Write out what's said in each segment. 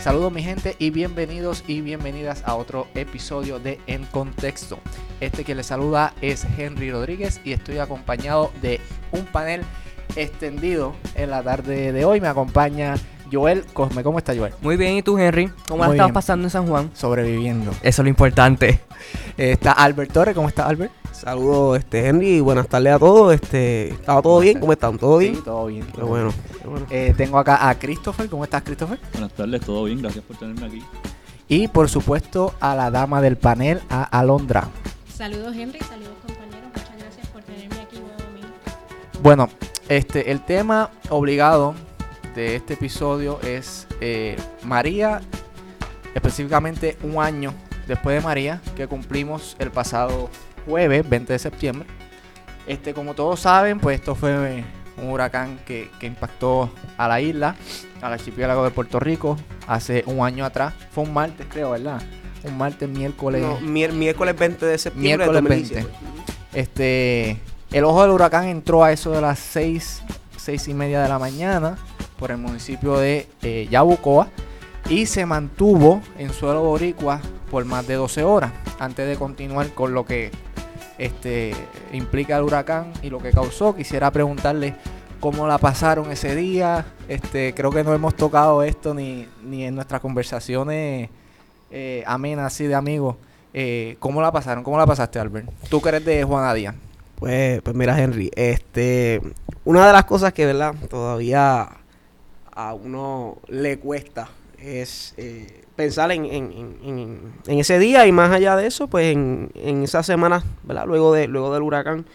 Saludos mi gente y bienvenidos y bienvenidas a otro episodio de En Contexto. Que les saluda es Henry Rodríguez y estoy acompañado de un panel extendido en la tarde de hoy. Me acompaña Joel Cosme. ¿Cómo está, Joel? Muy bien, ¿y tú, Henry? ¿Cómo la estabas pasando en San Juan? Sobreviviendo. Eso es lo importante. Está Albert Torres. ¿Cómo está, Albert? Saludos, Henry, y buenas tardes a todos. ¿Estaba todo bien? ¿Cómo están? ¿Todo bien? Sí, todo bien. Qué bueno. Tengo acá a Christopher. ¿Cómo estás, Christopher? Buenas tardes, todo bien, gracias por tenerme aquí. Y por supuesto a la dama del panel, a Alondra. Saludos, Henry, saludos, compañeros. Muchas gracias por tenerme aquí nuevamente. Bueno, el tema obligado de este episodio es María, específicamente un año después de María, que cumplimos el pasado jueves 20 de septiembre. Como todos saben, pues esto fue un huracán que impactó a la isla, al archipiélago de Puerto Rico, hace un año atrás. Fue un martes, creo, ¿verdad? Un martes, miércoles. No, miércoles 20 de septiembre Miércoles de 2017. El ojo del huracán entró a eso de las 6:30 de la mañana por el municipio de Yabucoa y se mantuvo en suelo boricua por más de 12 horas antes de continuar con lo que implica el huracán y lo que causó. Quisiera preguntarle cómo la pasaron ese día. Creo que no hemos tocado esto ni en nuestras conversaciones amenas así de amigos. ¿Cómo la pasaron? ¿Cómo la pasaste, Albert? Tú que eres de Juana Díaz. Pues mira, Henry, una de las cosas que, ¿verdad?, todavía a uno le cuesta es pensar en ese día, y más allá de eso, pues en esas semanas, ¿verdad?, luego del huracán.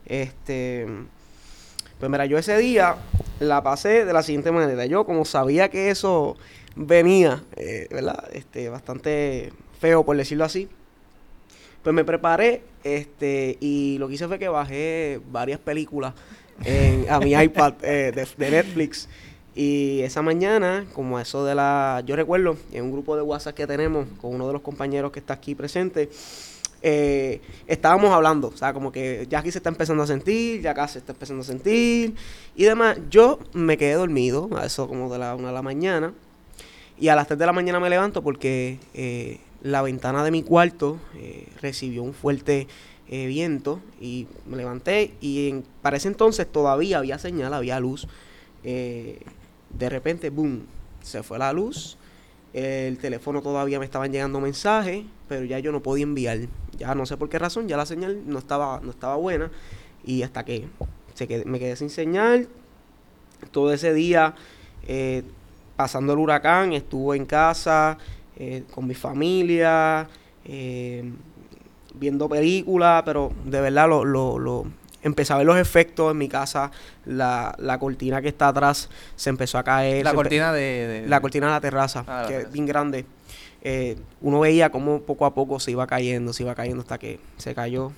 Pues mira, yo ese día la pasé de la siguiente manera. Yo, como sabía que eso venía, ¿verdad?, bastante feo, por decirlo así, pues me preparé, y lo que hice fue que bajé varias películas a mi iPad de Netflix. Y esa mañana, como a eso yo recuerdo, en un grupo de WhatsApp que tenemos con uno de los compañeros que está aquí presente, estábamos hablando, o sea, como que ya aquí se está empezando a sentir, ya acá se está empezando a sentir y demás. Yo me quedé dormido, a eso como de la 1 de la mañana, y a las 3 de la mañana me levanto porque la ventana de mi cuarto recibió un fuerte viento, y me levanté y para ese entonces todavía había señal, había luz. De repente, boom, se fue la luz. El teléfono todavía me estaban llegando mensajes, pero ya yo no podía enviar. Ya no sé por qué razón, ya la señal no estaba buena. Y hasta que me quedé sin señal. Todo ese día, pasando el huracán, estuve en casa con mi familia, viendo películas, pero de verdad empecé a ver los efectos en mi casa. La cortina que está atrás se empezó a caer. La cortina la cortina de la terraza, que es bien grande. Uno veía cómo poco a poco se iba cayendo hasta que se cayó.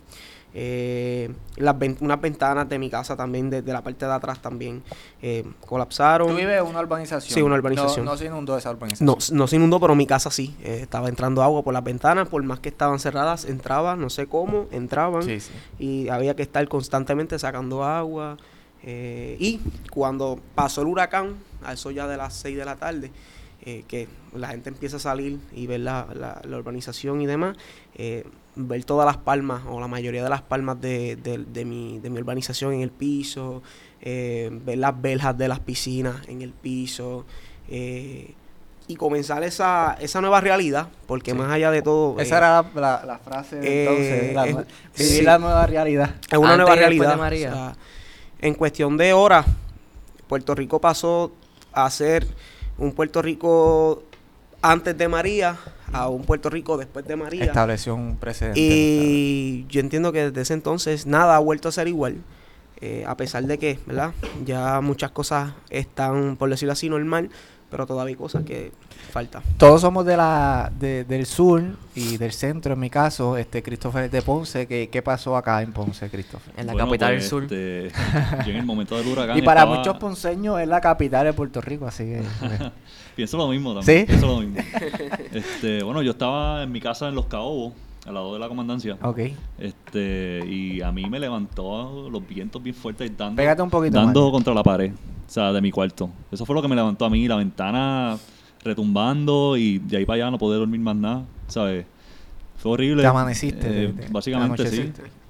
Unas ventanas de mi casa también, de la parte de atrás también, colapsaron. ¿Tú vives en una urbanización? Sí, una urbanización. No se inundó esa urbanización. No se inundó, pero mi casa sí. Estaba entrando agua por las ventanas, por más que estaban cerradas, entraba, no sé cómo, entraban. Sí. Y había que estar constantemente sacando agua. Y cuando pasó el huracán, a eso ya de las 6 de la tarde, que la gente empieza a salir y ver la urbanización y demás, ver todas las palmas, o la mayoría de las palmas de mi urbanización en el piso, ver las verjas de las piscinas en el piso, y comenzar esa nueva realidad, porque sí, más allá de todo... Esa era la frase de entonces, vivir sí, la nueva realidad. Es una nueva realidad. De María. O sea, en cuestión de horas, Puerto Rico pasó a ser un Puerto Rico antes de María a un Puerto Rico después de María. Estableció un precedente. Y yo entiendo que desde ese entonces nada ha vuelto a ser igual. A pesar de que, ¿verdad?, ya muchas cosas están, por decirlo así, normal, pero todavía hay cosas que faltan. Todos somos del sur y del centro, en mi caso. Christopher es de Ponce. ¿Qué pasó acá en Ponce, Christopher? En la capital del sur. Yo en el momento del huracán y para muchos ponceños es la capital de Puerto Rico, así que... Pienso lo mismo también. ¿Sí? Pienso lo mismo. Bueno, yo estaba en mi casa en Los Caobos, al lado de la comandancia. Ok. Y a mí me levantó los vientos bien fuertes dando... Pégate un poquito dando más. Contra la pared, o sea, de mi cuarto. Eso fue lo que me levantó a mí. La ventana retumbando y de ahí para allá no poder dormir más nada, ¿sabes? Fue horrible. Te amaneciste. Básicamente sí.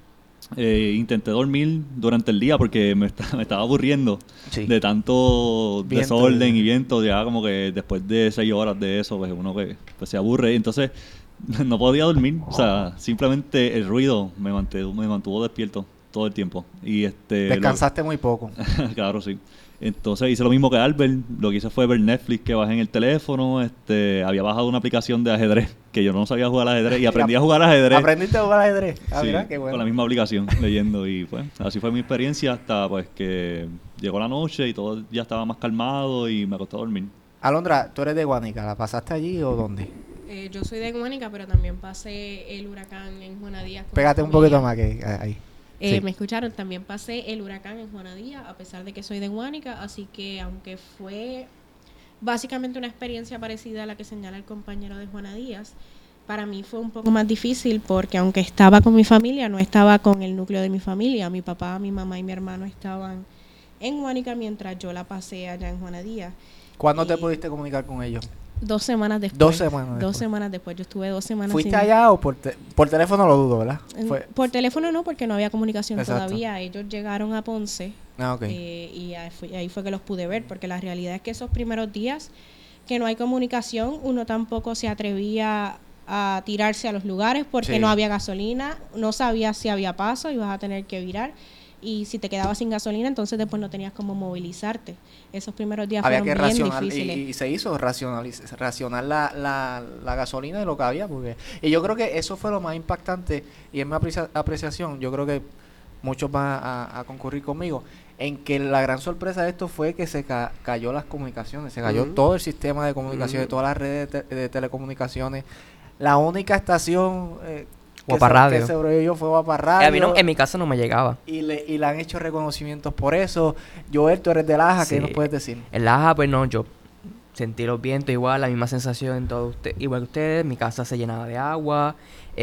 Intenté dormir durante el día porque me estaba aburriendo de tanto viento, desorden y viento. Ya como que después de 6 horas de eso, pues uno que pues, se aburre. Entonces no podía dormir. O sea, simplemente el ruido me mantuvo despierto todo el tiempo. Y descansaste muy poco. Claro, sí. Entonces hice lo mismo que Albert. Lo que hice fue ver Netflix, que bajé en el teléfono. Había bajado una aplicación de ajedrez, que yo no sabía jugar al ajedrez, y aprendí a jugar ajedrez. ¿Aprendiste a jugar ajedrez? Ah, sí, mira, qué bueno. con la misma aplicación, leyendo. Y pues así fue mi experiencia hasta pues que llegó la noche y todo ya estaba más calmado y me acosté a dormir. Alondra, ¿tú eres de Guánica? ¿La pasaste allí o dónde? Yo soy de Guánica, pero también pasé el huracán en Juana Díaz. Pégate un poquito más que ahí. Sí. Me escucharon, también pasé el huracán en Juana Díaz, a pesar de que soy de Guánica, así que aunque fue básicamente una experiencia parecida a la que señala el compañero de Juana Díaz, para mí fue un poco más difícil porque aunque estaba con mi familia, no estaba con el núcleo de mi familia. Mi papá, mi mamá y mi hermano estaban en Guánica mientras yo la pasé allá en Juana Díaz. ¿Cuándo te pudiste comunicar con ellos? 2 semanas después. 2 semanas después. 2 semanas después. Yo estuve 2 semanas. ¿Fuiste allá o por teléfono? Lo dudo, ¿verdad? Por teléfono no, porque no había comunicación. Exacto. Todavía. Ellos llegaron a Ponce. Ah, ok. Y ahí fue que los pude ver, porque la realidad es que esos primeros días que no hay comunicación, uno tampoco se atrevía a tirarse a los lugares porque Sí. no había gasolina, no sabías si había paso, ibas a tener que virar. Y si te quedabas sin gasolina, entonces después no tenías cómo movilizarte. Esos primeros días Había fueron que bien racionar difíciles. y se hizo racionar la gasolina de lo que había. Y yo creo que eso fue lo más impactante y es mi apreciación. Yo creo que muchos van a concurrir conmigo en que la gran sorpresa de esto fue que se cayó las comunicaciones, se cayó todo el sistema de comunicaciones, todas las redes de telecomunicaciones. La única estación Guapa Radio. que sobrevivió fue Guapa Radio. A mí en mi casa no me llegaba. Y le han hecho reconocimientos por eso. Joel, tú eres de Laja, Sí. ¿qué nos puedes decir? En Laja, pues no, yo sentí los vientos igual, la misma sensación en todo igual que ustedes. Mi casa se llenaba de agua.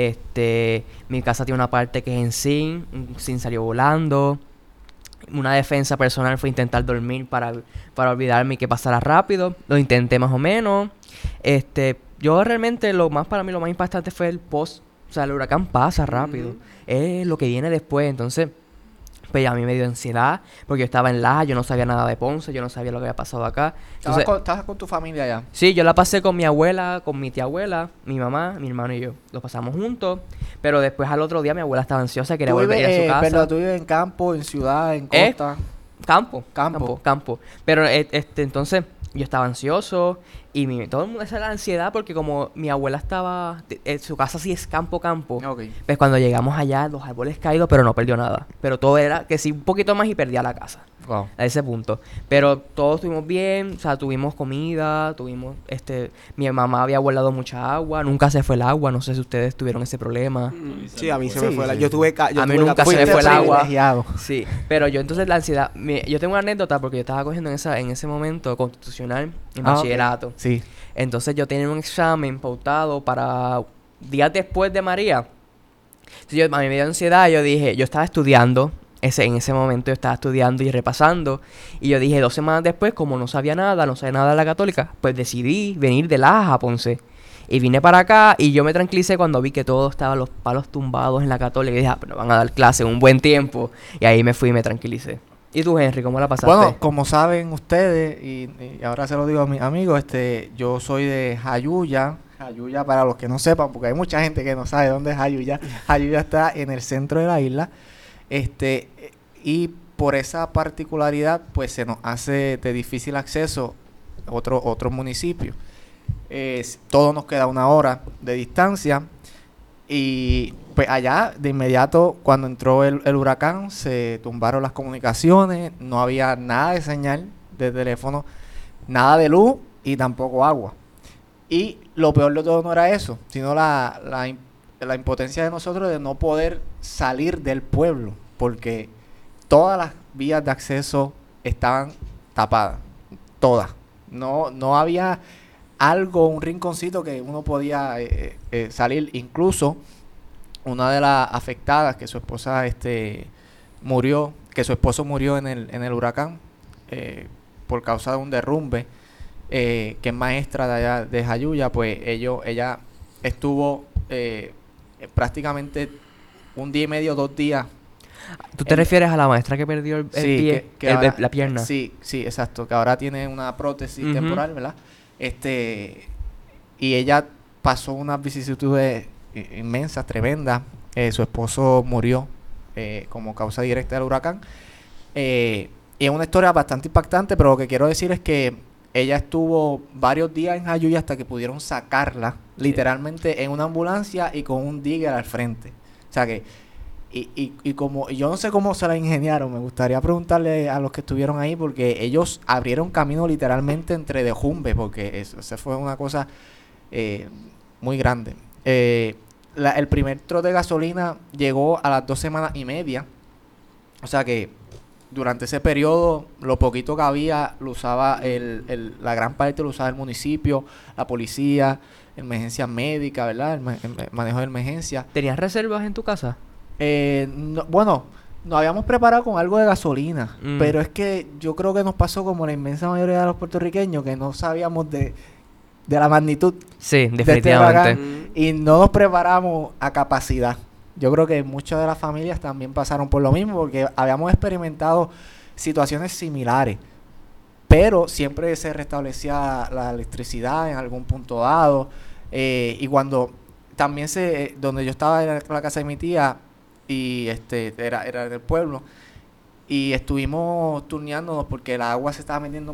Mi casa tiene una parte que es en zinc. Un zinc salió volando. Una defensa personal fue intentar dormir para olvidarme y que pasara rápido. Lo intenté más o menos. Yo realmente para mí lo más impactante fue el post. O sea, el huracán pasa rápido. Es lo que viene después. Entonces, pues a mí me dio ansiedad porque yo estaba en Laja, yo no sabía nada de Ponce, yo no sabía lo que había pasado acá. Entonces, ¿Estabas con tu familia allá? sí, yo la pasé con mi abuela, con mi tía abuela, mi mamá, mi hermano y yo. Lo pasamos juntos, pero después al otro día mi abuela estaba ansiosa, quería volver a ir a su casa. Pero tú vives en campo, en ciudad, en costa. Campo. Pero entonces yo estaba ansioso y todo el mundo esa era la ansiedad porque como mi abuela estaba, su casa sí es campo. Ok. Pues cuando llegamos allá, los árboles caídos, pero no perdió nada. Pero todo era que sí, un poquito más y perdía la casa. Wow. A ese punto. Pero todos estuvimos bien, o sea, tuvimos comida, mi mamá había guardado mucha agua, nunca se fue el agua, no sé si ustedes tuvieron ese problema. Sí, a mí se me Sí, fue la... sí. Yo tuve... A mí nunca se me Fuiste fue el agua. privilegiado. Sí, pero yo entonces la ansiedad, yo tengo una anécdota porque yo estaba cogiendo en ese momento constitucional en bachillerato. Sí. Entonces yo tenía un examen pautado para días después de María. Entonces a mí me dio ansiedad, yo dije, yo estaba estudiando, en ese momento yo estaba estudiando y repasando, y yo dije 2 semanas después, como no sabía nada de la católica, pues decidí venir de Laja a Ponce. Y vine para acá y yo me tranquilicé cuando vi que todo estaba los palos tumbados en la católica y dije, pero van a dar clase un buen tiempo. Y ahí me fui y me tranquilicé. ¿Y tú, Henry, cómo la pasaste? Bueno, como saben ustedes, y ahora se lo digo a mis amigos, yo soy de Jayuya. Jayuya, para los que no sepan, porque hay mucha gente que no sabe dónde es Jayuya. Jayuya está en el centro de la isla. Y por esa particularidad, pues se nos hace de difícil acceso otros municipios. Todo nos queda 1 hora de distancia. Y pues allá, de inmediato, cuando entró el huracán, se tumbaron las comunicaciones, no había nada de señal de teléfono, nada de luz y tampoco agua. Y lo peor de todo no era eso, sino la impotencia de nosotros de no poder salir del pueblo, porque todas las vías de acceso estaban tapadas, todas. No había un rinconcito que uno podía salir. Incluso una de las afectadas, que su esposa su esposo murió en el huracán por causa de un derrumbe. que es maestra de allá de Jayuya, pues ella estuvo prácticamente un día y medio, 2 días. ¿Tú te refieres a la maestra que perdió el Sí, pie, ahora- la pierna? Sí, exacto, que ahora tiene una prótesis Ujú. temporal, ¿verdad? Y ella pasó unas vicisitudes inmensas, tremendas. Su esposo murió como causa directa del huracán. Y es una historia bastante impactante, pero lo que quiero decir es que ella estuvo varios días en Jayuya hasta que pudieron sacarla, literalmente en una ambulancia y con un digger al frente. O sea que, y como yo no sé cómo se la ingeniaron, me gustaría preguntarle a los que estuvieron ahí, porque ellos abrieron camino literalmente entre dejumbe, porque eso fue una cosa muy grande. El primer trote de gasolina llegó a las 2 semanas y media. O sea que durante ese periodo, lo poquito que había, lo usaba la gran parte lo usaba el municipio, la policía, emergencias médicas, ¿verdad? El manejo de emergencia. ¿Tenías reservas en tu casa? Bueno, nos habíamos preparado con algo de gasolina, Mm. pero es que yo creo que nos pasó como la inmensa mayoría de los puertorriqueños, que no sabíamos de la magnitud Sí, este definitivamente. huracán. Y no nos preparamos a capacidad. Yo creo que muchas de las familias también pasaron por lo mismo, porque habíamos experimentado situaciones similares, pero siempre se restablecía la electricidad en algún punto dado. Y cuando también donde yo estaba en la casa de mi tía, y era en el pueblo, y estuvimos turneándonos porque el agua se estaba metiendo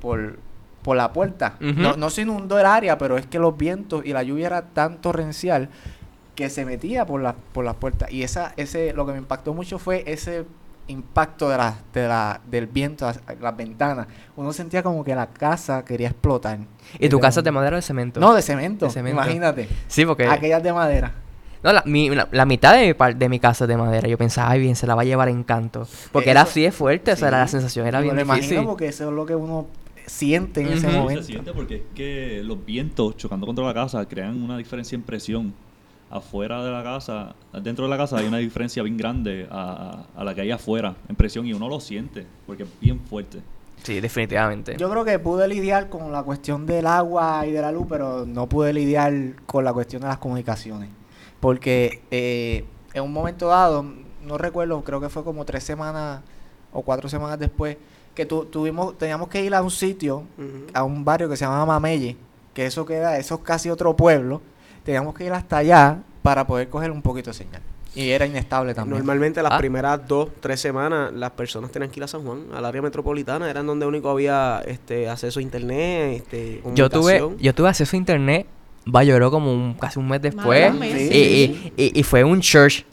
por la puerta. Ujú. No se inundó el área, pero es que los vientos y la lluvia era tan torrencial que se metía por las puertas. Y lo que me impactó mucho fue ese impacto del viento a las ventanas. Uno sentía como que la casa quería explotar. ¿Y tu casa es de madera o de cemento? No, de cemento. De cemento. Imagínate. Sí, porque... Aquellas de madera. No, la mitad de mi casa es de madera. Yo pensaba, ay, bien, se la va a llevar Encanto. Porque era Eso- así de fuerte, o sea, sí. la sensación era Me bien lo difícil. imagino porque eso es lo que uno siente en ese Ujú. momento. Se siente porque es que los vientos chocando contra la casa crean una diferencia en presión. Afuera de la casa, dentro de la casa hay una diferencia bien grande a la que hay afuera en presión y uno lo siente porque es bien fuerte. Sí, definitivamente. Yo creo que pude lidiar con la cuestión del agua y de la luz, pero no pude lidiar con la cuestión de las comunicaciones. Porque en un momento dado, no recuerdo, creo que fue como 3 semanas o 4 semanas después, que teníamos que ir a un sitio, Ujú. a un barrio que se llama Mamelle, que eso es casi otro pueblo. Teníamos que ir hasta allá para poder coger un poquito de señal. Y era inestable también. Normalmente las Ah. primeras 2-3 semanas las personas tenían que ir a San Juan, al área metropolitana, eran donde único había acceso a internet, Yo comunicación. tuve acceso a internet, lloró como casi un mes después. de un mes. Y fue un church.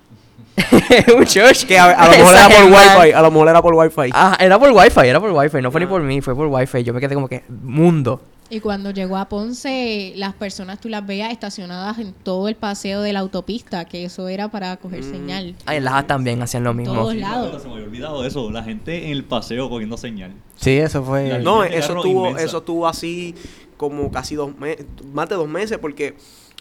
Un church. Que a lo mejor era por Exagerado. wifi, a lo mejor era por wifi. Ah, era por wifi, no fue ni por mí, fue por wifi. Yo me quedé como que, mundo. Y cuando llegó a Ponce, las personas tú las veías estacionadas en todo el paseo de la autopista, que eso era para coger señal. Ah, en Lajas también hacían lo mismo. Todos Sí, lados. pero se me había olvidado eso, la gente en el paseo cogiendo señal. Sí, eso fue... La- No, Este eso carro estuvo, inmensa. eso estuvo así como casi 2 meses, más de 2 meses, porque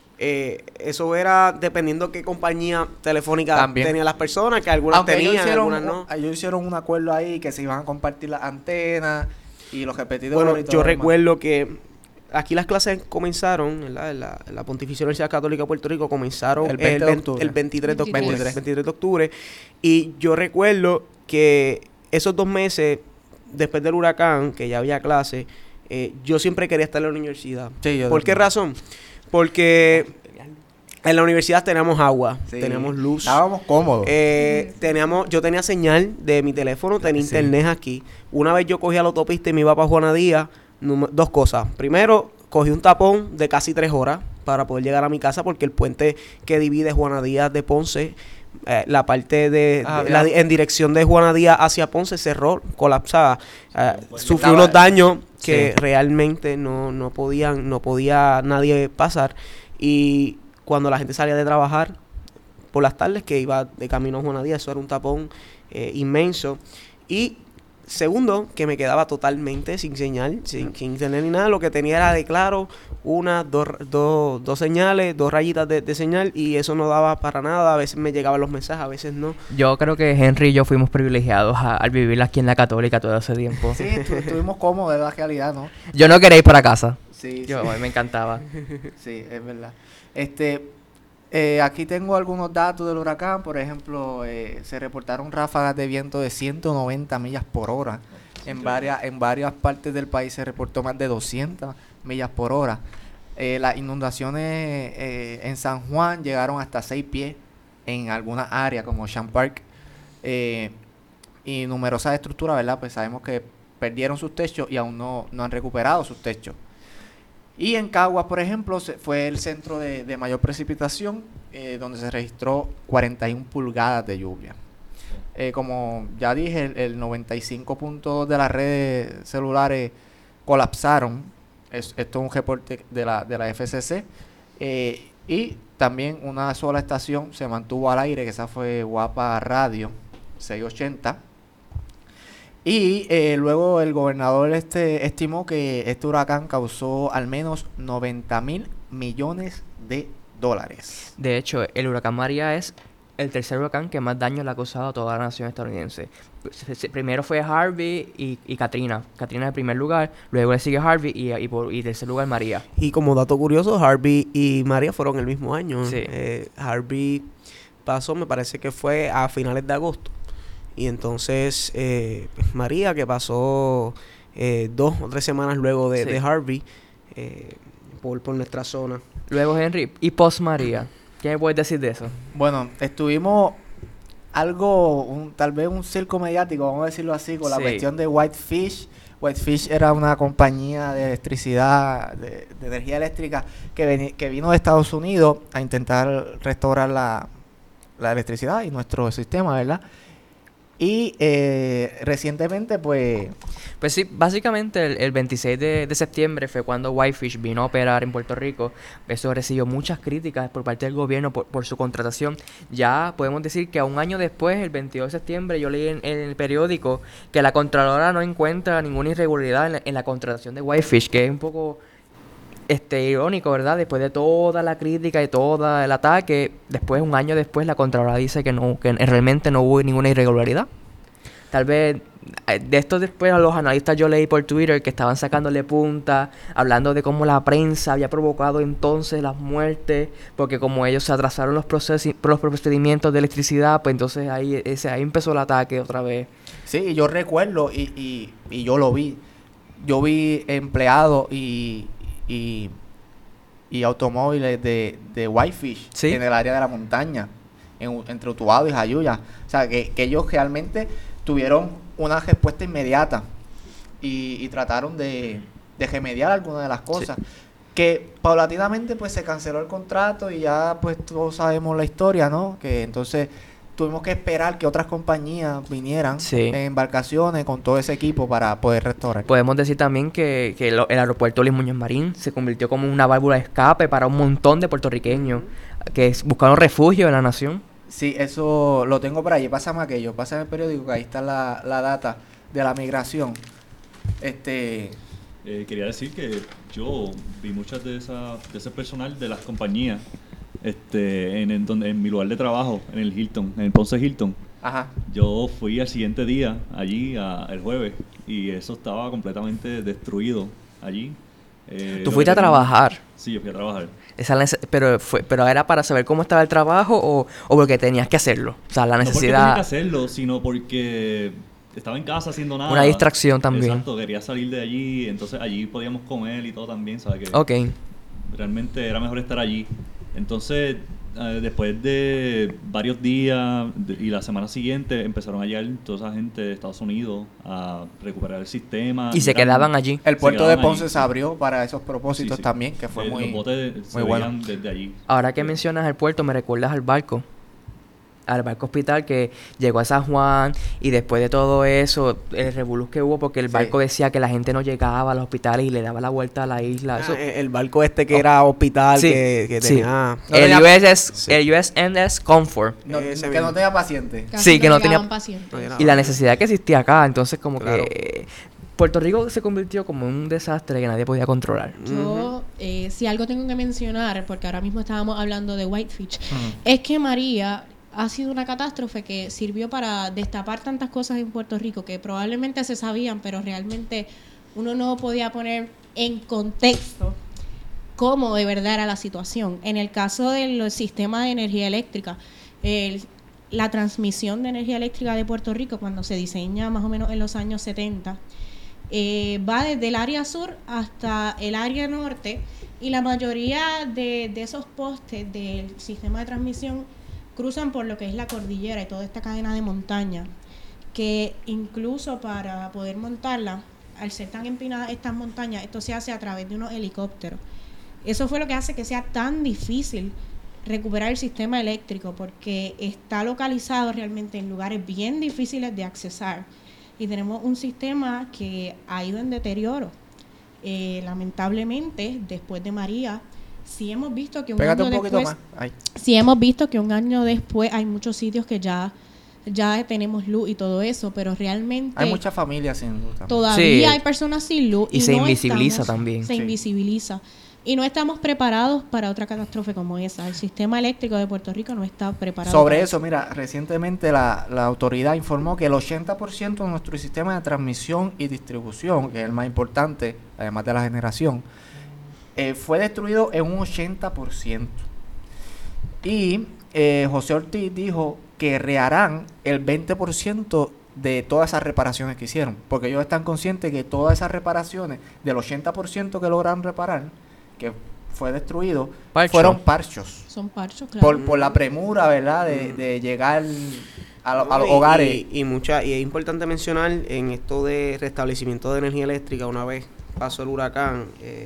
eso era dependiendo qué compañía telefónica También. tenían las personas, que algunas Aunque tenían, algunas no. ellos hicieron un acuerdo ahí que se iban a compartir las antenas y los repetidores. Bueno, y todo yo lo demás. recuerdo que aquí las clases comenzaron, ¿verdad? En la Pontificia Universidad Católica de Puerto Rico comenzaron El 20 de octubre. el 23 de octubre. 23. 23 de octubre. Y yo recuerdo que esos 2 meses, después del huracán, que ya había clase, yo siempre quería estar en la universidad. Sí, yo ¿Por qué también. razón? Porque en la universidad teníamos agua, Sí. teníamos luz. Estábamos cómodos. Yo tenía señal de mi teléfono, tenía Sí. internet aquí. Una vez yo cogí la autopista y me iba para Juana Díaz, 2 cosas. Primero, cogí un tapón de casi 3 horas para poder llegar a mi casa porque el puente que divide Juana Díaz de Ponce, la parte en dirección de Juana Díaz hacia Ponce cerró, colapsada. Sufrió Estaba- unos daños que Sí. realmente no podía nadie pasar. Y cuando la gente salía de trabajar por las tardes, que iba de camino a Juana Díaz, eso era un tapón inmenso. Y Segundo, que me quedaba totalmente sin señal, sin tener ni nada. Lo que tenía era de claro, dos señales, 2 rayitas de señal, y eso no daba para nada. A veces me llegaban los mensajes, a veces no. Yo creo que Henry y yo fuimos privilegiados al vivir aquí en la Católica todo ese tiempo. Sí, estuvimos cómodos, es la realidad, ¿no? Yo no quería ir para casa. Sí, Yo, a mí me encantaba. sí, es verdad. Aquí tengo algunos datos del huracán. Por ejemplo, se reportaron ráfagas de viento de 190 millas por hora. En varias partes del país se reportó más de 200 millas por hora. Las inundaciones en San Juan llegaron hasta 6 pies en algunas áreas como Ocean Park. Y numerosas estructuras, ¿verdad? Pues sabemos que perdieron sus techos y aún no han recuperado sus techos. Y en Caguas, por ejemplo, fue el centro de mayor precipitación, donde se registró 41 pulgadas de lluvia. Como ya dije, el 95% de las redes celulares colapsaron. Esto es un reporte de la FCC. Y también una sola estación se mantuvo al aire, que esa fue Guapa Radio 680. Y luego el gobernador estimó que este huracán causó al menos 90,000 millones de dólares. De hecho, el huracán María es el tercer huracán que más daño le ha causado a toda la nación estadounidense. Primero fue Harvey y Katrina. Katrina en primer lugar, luego le sigue Harvey y tercer lugar María. Y como dato curioso, Harvey y María fueron el mismo año. Sí. Harvey pasó, me parece que fue a finales de agosto. Y entonces María, que pasó 2 o 3 semanas luego de Harvey por nuestra zona. Luego Henry, y post María. ¿Qué me puedes decir de eso? Bueno, estuvimos tal vez un circo mediático, vamos a decirlo así, con la cuestión de Whitefish. Whitefish era una compañía de electricidad, de energía eléctrica, que vino de Estados Unidos a intentar restaurar la electricidad y nuestro sistema, ¿verdad? Y recientemente, pues sí, básicamente el 26 de septiembre fue cuando Whitefish vino a operar en Puerto Rico. Eso recibió muchas críticas por parte del gobierno por su contratación. Ya podemos decir que a un año después, el 22 de septiembre, yo leí en el periódico que la Contralora no encuentra ninguna irregularidad en la contratación de Whitefish, que es un poco irónico, ¿verdad? Después de toda la crítica y todo el ataque, después, un año después, la Contralora dice que realmente no hubo ninguna irregularidad. Tal vez de esto después a los analistas yo leí por Twitter que estaban sacándole punta, hablando de cómo la prensa había provocado entonces las muertes, porque como ellos se atrasaron los procedimientos de electricidad, pues entonces ahí empezó el ataque otra vez. Sí, yo recuerdo y yo lo vi. Yo vi empleados y automóviles de Whitefish en el área de la montaña, entre Utuado y Jayuya. O sea, que ellos realmente tuvieron una respuesta inmediata y trataron de remediar algunas de las cosas. Sí. Que paulatinamente pues se canceló el contrato y ya pues todos sabemos la historia, ¿no? Que entonces tuvimos que esperar que otras compañías vinieran en embarcaciones con todo ese equipo para poder restaurar. Podemos decir también que el aeropuerto Luis Muñoz Marín se convirtió como una válvula de escape para un montón de puertorriqueños que buscaron refugio en la nación. Sí, eso lo tengo por ahí. Pásame aquello, pásame el periódico, que ahí está la data de la migración. Quería decir que yo vi muchas de ese personal de las compañías en mi lugar de trabajo, en el Hilton, en el Ponce Hilton. Ajá. Yo fui al siguiente día allí, el jueves, y eso estaba completamente destruido allí. ¿Tú fuiste a trabajar? Sí, yo fui a trabajar. Pero era para saber cómo estaba el trabajo o porque tenías que hacerlo. O sea, la necesidad. No porque tenía que hacerlo, sino porque estaba en casa haciendo nada. Una distracción también. Exacto, quería salir de allí, entonces allí podíamos comer y todo también, ¿sabes? Que ok. Realmente era mejor estar allí. Entonces, después de varios días y la semana siguiente empezaron a llegar toda esa gente de Estados Unidos a recuperar el sistema. Y se quedaban allí. El puerto de Ponce se abrió para esos propósitos también, que fue muy los botes muy bueno desde allí. Ahora que mencionas el puerto, me recuerdas al barco. al barco hospital que llegó a San Juan y después de todo eso, el revolú que hubo porque el Sí. barco decía que la gente no llegaba a los hospitales y le daba la vuelta a la isla. Eso, El barco este que era hospital, Sí, que sí. tenía... No el, tenía- Sí. el USNS Comfort. No, Ese que mismo. no tenga paciente. Casi Sí, que no tenía- llegaban pacientes. No llegaba. Y la necesidad que existía acá, entonces como Claro. que Puerto Rico se convirtió como en un desastre que nadie podía controlar. Yo, si algo tengo que mencionar, porque ahora mismo estábamos hablando de Whitefish, es que María ha sido una catástrofe que sirvió para destapar tantas cosas en Puerto Rico que probablemente se sabían, pero realmente uno no podía poner en contexto cómo de verdad era la situación. En el caso del sistema de energía eléctrica, la transmisión de energía eléctrica de Puerto Rico, cuando se diseña más o menos en los años 70, va desde el área sur hasta el área norte, y la mayoría de esos postes del sistema de transmisión cruzan por lo que es la cordillera y toda esta cadena de montaña, que incluso para poder montarla, al ser tan empinadas estas montañas, esto se hace a través de unos helicópteros. Eso fue lo que hace que sea tan difícil recuperar el sistema eléctrico, porque está localizado realmente en lugares bien difíciles de accesar, y tenemos un sistema que ha ido en deterioro. Lamentablemente, después de María, sí hemos visto que un Pégate año un poquito después, más. Ahí. sí hemos visto que un año después hay muchos sitios que ya tenemos luz y todo eso, pero realmente Hay muchas familias sin luz también. todavía Sí. hay personas sin luz Y se no invisibiliza estamos- también. se Sí. invisibiliza, y no estamos preparados para otra catástrofe como esa. El sistema eléctrico de Puerto Rico no está preparado Sobre para eso, mira, recientemente la autoridad informó que el 80% de nuestro sistema de transmisión y distribución, que es el más importante, además de la generación, fue destruido en un 80%. Y José Ortiz dijo que reharán el 20% de todas esas reparaciones que hicieron, porque ellos están conscientes que todas esas reparaciones, del 80% que lograron reparar, que fue destruido, Parcho. fueron parchos. Son parchos, claro. Por la premura, ¿verdad? De llegar a los No, hogares. y es importante mencionar en esto de restablecimiento de energía eléctrica, una vez pasó el huracán,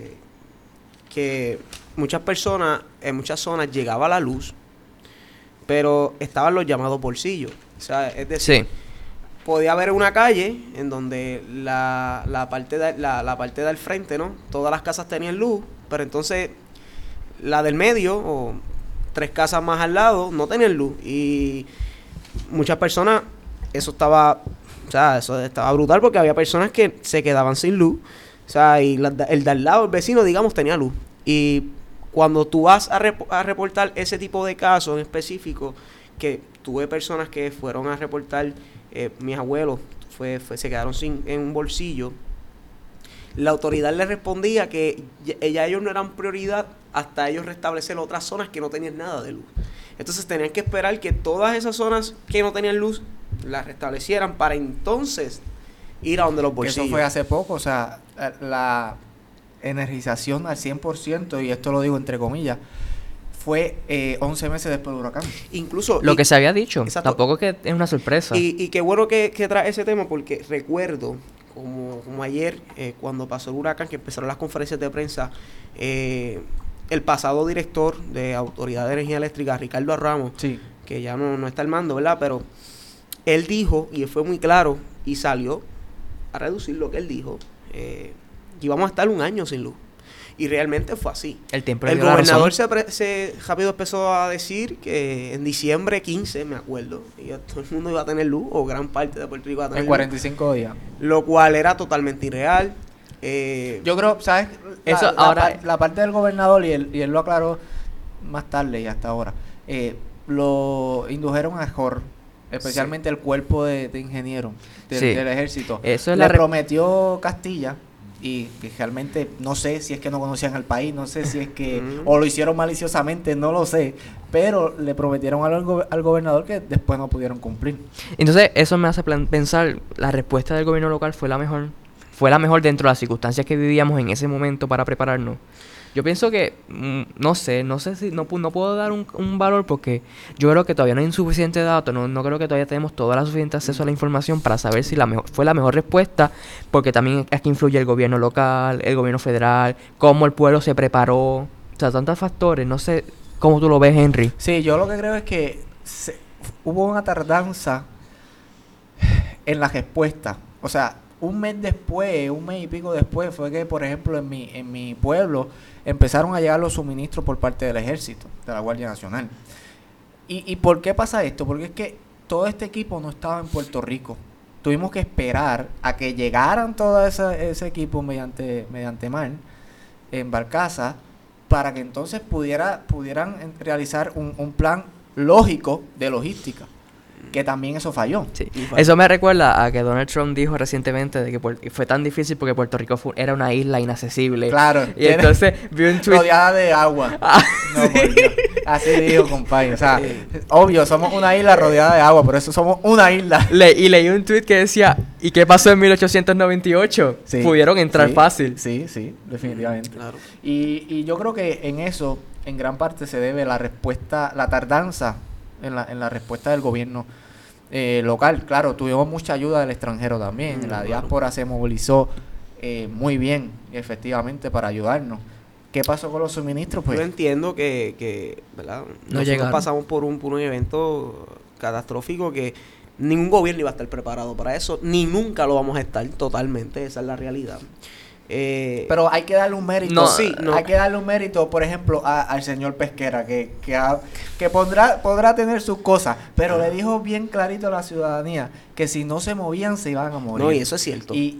que muchas personas, en muchas zonas llegaba la luz, pero estaban los llamados bolsillos. O sea, es decir, Sí. podía haber una calle en donde la parte del frente, ¿no? Todas las casas tenían luz, pero entonces la del medio o 3 casas más al lado no tenían luz, y muchas personas, eso estaba brutal, porque había personas que se quedaban sin luz, o sea, y el de al lado, el vecino, digamos, tenía luz. Y cuando tú vas a reportar ese tipo de casos en específico, que tuve personas que fueron a reportar, mis abuelos se quedaron en un bolsillo, la autoridad les respondía que ellos no eran prioridad hasta ellos restablecer otras zonas que no tenían nada de luz. Entonces tenían que esperar que todas esas zonas que no tenían luz las restablecieran para entonces ir a donde los Que bolsillos. eso fue hace poco, o sea, la energización al 100%, y esto lo digo entre comillas, fue 11 meses después del huracán. Incluso Lo que se había dicho. Exacto. Tampoco que es una sorpresa. Y qué bueno que trae ese tema, porque recuerdo, como ayer, cuando pasó el huracán, que empezaron las conferencias de prensa, el pasado director de Autoridad de Energía Eléctrica, Ricardo Ramos, Sí. que ya no está al mando, ¿verdad? Pero él dijo, y fue muy claro, y salió a reducir lo que él dijo, que íbamos a estar un año sin luz. Y realmente fue así. El tiempo le El dio la gobernador razón. rápido empezó a decir que en diciembre 15, me acuerdo, y todo el mundo iba a tener luz, o gran parte de Puerto Rico iba a tener En luz, 45 días. lo cual era totalmente irreal. Yo creo, ¿sabes? Eso ahora- La parte del gobernador, y él lo aclaró más tarde y hasta ahora, lo indujeron a error, especialmente el cuerpo de ingenieros Sí. del ejército. Eso es Le la prometió Castilla, y que realmente no sé si es que no conocían al país, no sé si es que Mm. o lo hicieron maliciosamente, no lo sé, pero le prometieron al gobernador que después no pudieron cumplir. Entonces, eso me hace pensar, la respuesta del gobierno local fue la mejor. Fue la mejor dentro de las circunstancias que vivíamos en ese momento para prepararnos. Yo pienso que, no sé si no puedo dar un valor, porque yo creo que todavía no hay suficiente dato, no creo que todavía tenemos todo el suficiente acceso a la información para saber si fue la mejor respuesta, porque también aquí influye el gobierno local, el gobierno federal, cómo el pueblo se preparó, o sea, tantos factores. No sé cómo tú lo ves, Henry. Sí, yo lo que creo es que hubo una tardanza en la respuesta. O sea, un mes y pico después, fue que, por ejemplo, en mi pueblo empezaron a llegar los suministros por parte del ejército, de la Guardia Nacional. ¿Y por qué pasa esto? Porque es que todo este equipo no estaba en Puerto Rico. Tuvimos que esperar a que llegaran todo ese equipo mediante mar, en barcaza, para que entonces pudieran realizar un plan lógico de logística. Que también eso falló. Sí. Eso me recuerda a que Donald Trump dijo recientemente de que fue tan difícil porque Puerto Rico era una isla inaccesible. Claro. Y entonces vi un tweet rodeada de agua. No, sí. por Dios. Así dijo, compadre. O sea, obvio, somos una isla rodeada de agua, por eso somos una isla. Y leí un tweet que decía, ¿y qué pasó en 1898? Sí, Pudieron entrar fácil. Sí, definitivamente. Claro. Y yo creo que en eso, en gran parte, se debe la tardanza en la respuesta del gobierno local. Claro, tuvimos mucha ayuda del extranjero también. La diáspora se movilizó muy bien, efectivamente, para ayudarnos. ¿Qué pasó con los suministros? Pues yo entiendo que ¿verdad? Nosotros llegaron. pasamos por un evento catastrófico que ningún gobierno iba a estar preparado para eso, ni nunca lo vamos a estar totalmente, esa es la realidad. Pero hay que darle un mérito. Hay que darle un mérito, por ejemplo, al señor Pesquera, que podrá tener sus cosas, pero le dijo bien clarito a la ciudadanía que si no se movían se iban a morir. No, y eso es cierto. Y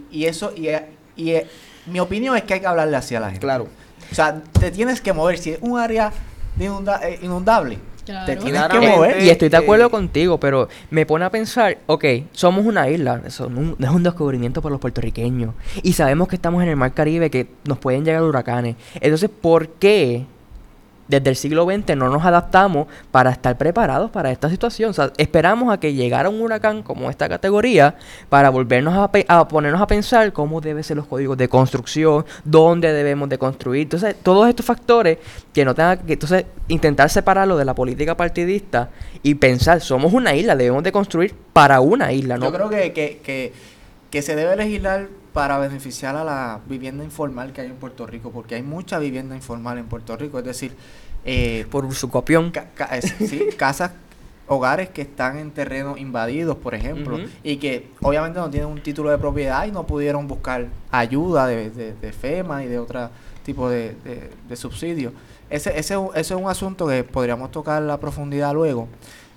mi opinión es que hay que hablarle así a la gente. Claro. O sea, te tienes que mover. Si es un área inundable, Claro. te tienes que Claramente. mover. Y estoy de acuerdo contigo, pero me pone a pensar, ok, somos una isla, eso no es un descubrimiento para los puertorriqueños. Y sabemos que estamos en el Mar Caribe, que nos pueden llegar huracanes. Entonces, ¿por qué desde el siglo XX no nos adaptamos para estar preparados para esta situación? O sea, esperamos a que llegara un huracán como esta categoría para volvernos a ponernos a pensar cómo deben ser los códigos de construcción, dónde debemos de construir. Entonces, todos estos factores que no tengan que... Entonces, intentar separarlo de la política partidista y pensar, somos una isla, debemos de construir para una isla, ¿no? Yo creo que se debe legislar para beneficiar a la vivienda informal que hay en Puerto Rico, porque hay mucha vivienda informal en Puerto Rico, es decir, Por su copión. casas, hogares que están en terrenos invadidos, por ejemplo, y que obviamente no tienen un título de propiedad y no pudieron buscar ayuda de FEMA y de otro tipo de subsidios. Ese es un asunto que podríamos tocar a profundidad luego,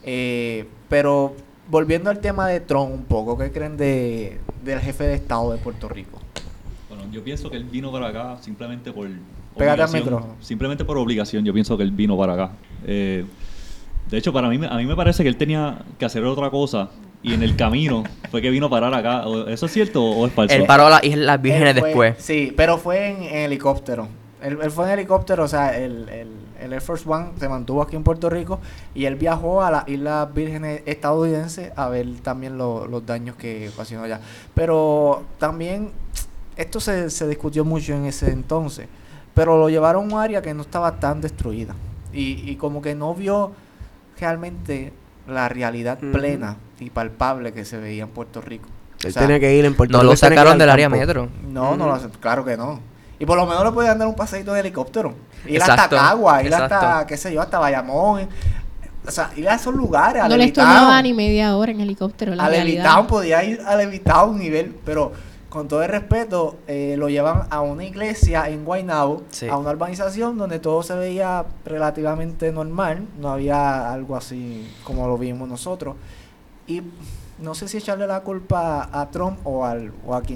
pero volviendo al tema de Trump un poco, ¿qué creen del jefe de Estado de Puerto Rico? Bueno, yo pienso que él vino para acá simplemente por Pégate al obligación. micrófono. Simplemente por obligación, yo pienso que él vino para acá. De hecho, a mí me parece que él tenía que hacer otra cosa y en el camino fue que vino a parar acá. ¿Eso es cierto o es falso? Él paró a las Islas Vírgenes Él fue- después. Sí, pero fue en helicóptero. Él fue en helicóptero, o sea, el Air Force One se mantuvo aquí en Puerto Rico y él viajó a las Islas Vírgenes estadounidenses a ver también los daños que ocasionó allá. Pero también esto se discutió mucho en ese entonces, pero lo llevaron a un área que no estaba tan destruida y como que no vio realmente la realidad plena y palpable que se veía en Puerto Rico. Él O sea, tenía que ir en Puerto No Rico. lo él tenía que ir sacaron al del área campo. metro. claro que no. Y por lo menos le podían dar un paseíto en helicóptero. Ir Exacto, hasta Cagua, ir hasta, exacto. qué sé yo, hasta Bayamón. O sea, ir a esos lugares, a No les Levittown. tomaba ni media hora en helicóptero, la A realidad. Levittown, podía ir a Levittown y ver, pero con todo el respeto, lo llevan a una iglesia en Guaynabo, Sí. a una urbanización donde todo se veía relativamente normal, no había algo así como lo vimos nosotros. Y no sé si echarle la culpa a Trump o al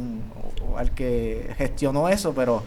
que gestionó eso, pero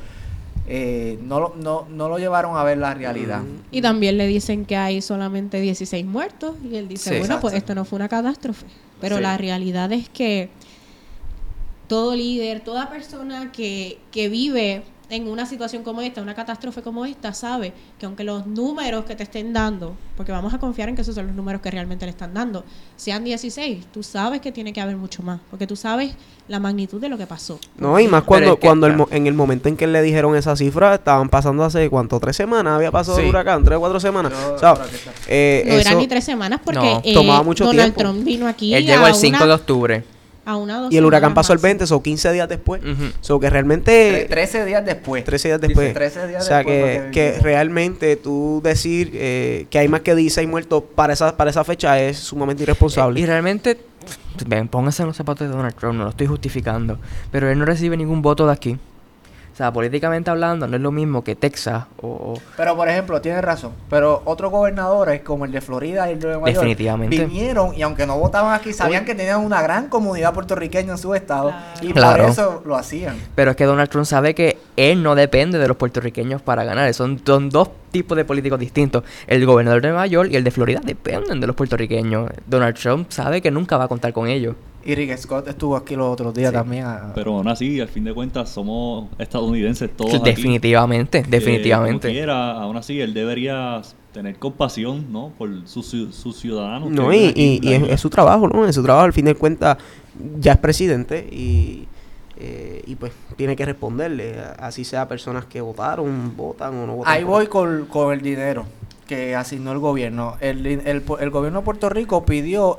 no lo llevaron a ver la realidad. Y también le dicen que hay solamente 16 muertos y él dice, Sí, bueno, pues exacto. esto no fue una catástrofe. Pero Sí. la realidad es que todo líder, toda persona que vive en una situación como esta, una catástrofe como esta, sabe que aunque los números que te estén dando, porque vamos a confiar en que esos son los números que realmente le están dando, sean 16, tú sabes que tiene que haber mucho más, porque tú sabes la magnitud de lo que pasó. No, y más Pero es que, claro. en el momento en que le dijeron esa cifra, estaban pasando hace, ¿cuánto? 3 semanas había pasado el Sí. huracán, 3 o 4 semanas. Yo- O sea, por aquí está. No eran ni 3 semanas porque No, tomaba mucho Donald tiempo. Trump vino aquí Él llegó a el 5 una- de octubre. a 1 o 2 Y el huracán semanas pasó el máximo. 20, o 15 días después. Ujú. So que realmente... 13 días después. 13 días después. 13 días O sea, después fue que vivimos. realmente tú decir que hay más que 16 muertos para esa fecha es sumamente irresponsable. Y realmente, ven, pónganse en los zapatos de Donald Trump, no lo estoy justificando, pero él no recibe ningún voto de aquí. O sea, políticamente hablando, no es lo mismo que Texas o Pero, por ejemplo, tienes razón. Pero otros gobernadores, como el de Florida y el de Nueva York, Definitivamente. vinieron y aunque no votaban aquí, sabían que tenían una gran comunidad puertorriqueña en su estado. Claro. Y Claro. por eso lo hacían. Pero es que Donald Trump sabe que él no depende de los puertorriqueños para ganar. Son dos tipos de políticos distintos. El gobernador de Nueva York y el de Florida dependen de los puertorriqueños. Donald Trump sabe que nunca va a contar con ellos. Y Rick Scott estuvo aquí los otros días Sí. también. Pero aún así, al fin de cuentas, somos estadounidenses todos aquí. Definitivamente, Como definitivamente. quiera, aún así, él debería tener compasión, ¿no? Por sus ciudadanos. No, que y, viven aquí y, en y la es, isla. es su trabajo, ¿no? Es su trabajo, al fin de cuentas, ya es presidente y pues tiene que responderle, así sea personas que votan o no votan. Ahí voy con el dinero que asignó el gobierno. El gobierno de Puerto Rico pidió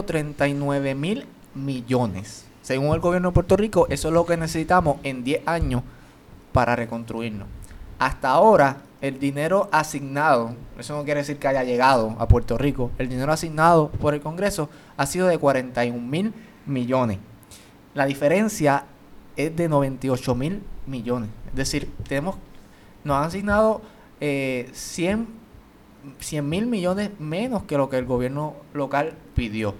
139 mil millones. Según el gobierno de Puerto Rico, eso es lo que necesitamos en 10 años para reconstruirnos. Hasta ahora, el dinero asignado, eso no quiere decir que haya llegado a Puerto Rico, el dinero asignado por el Congreso ha sido de 41 mil millones. La diferencia es de 98 mil millones. Es decir, nos han asignado 100 mil millones menos que lo que el gobierno local pidió.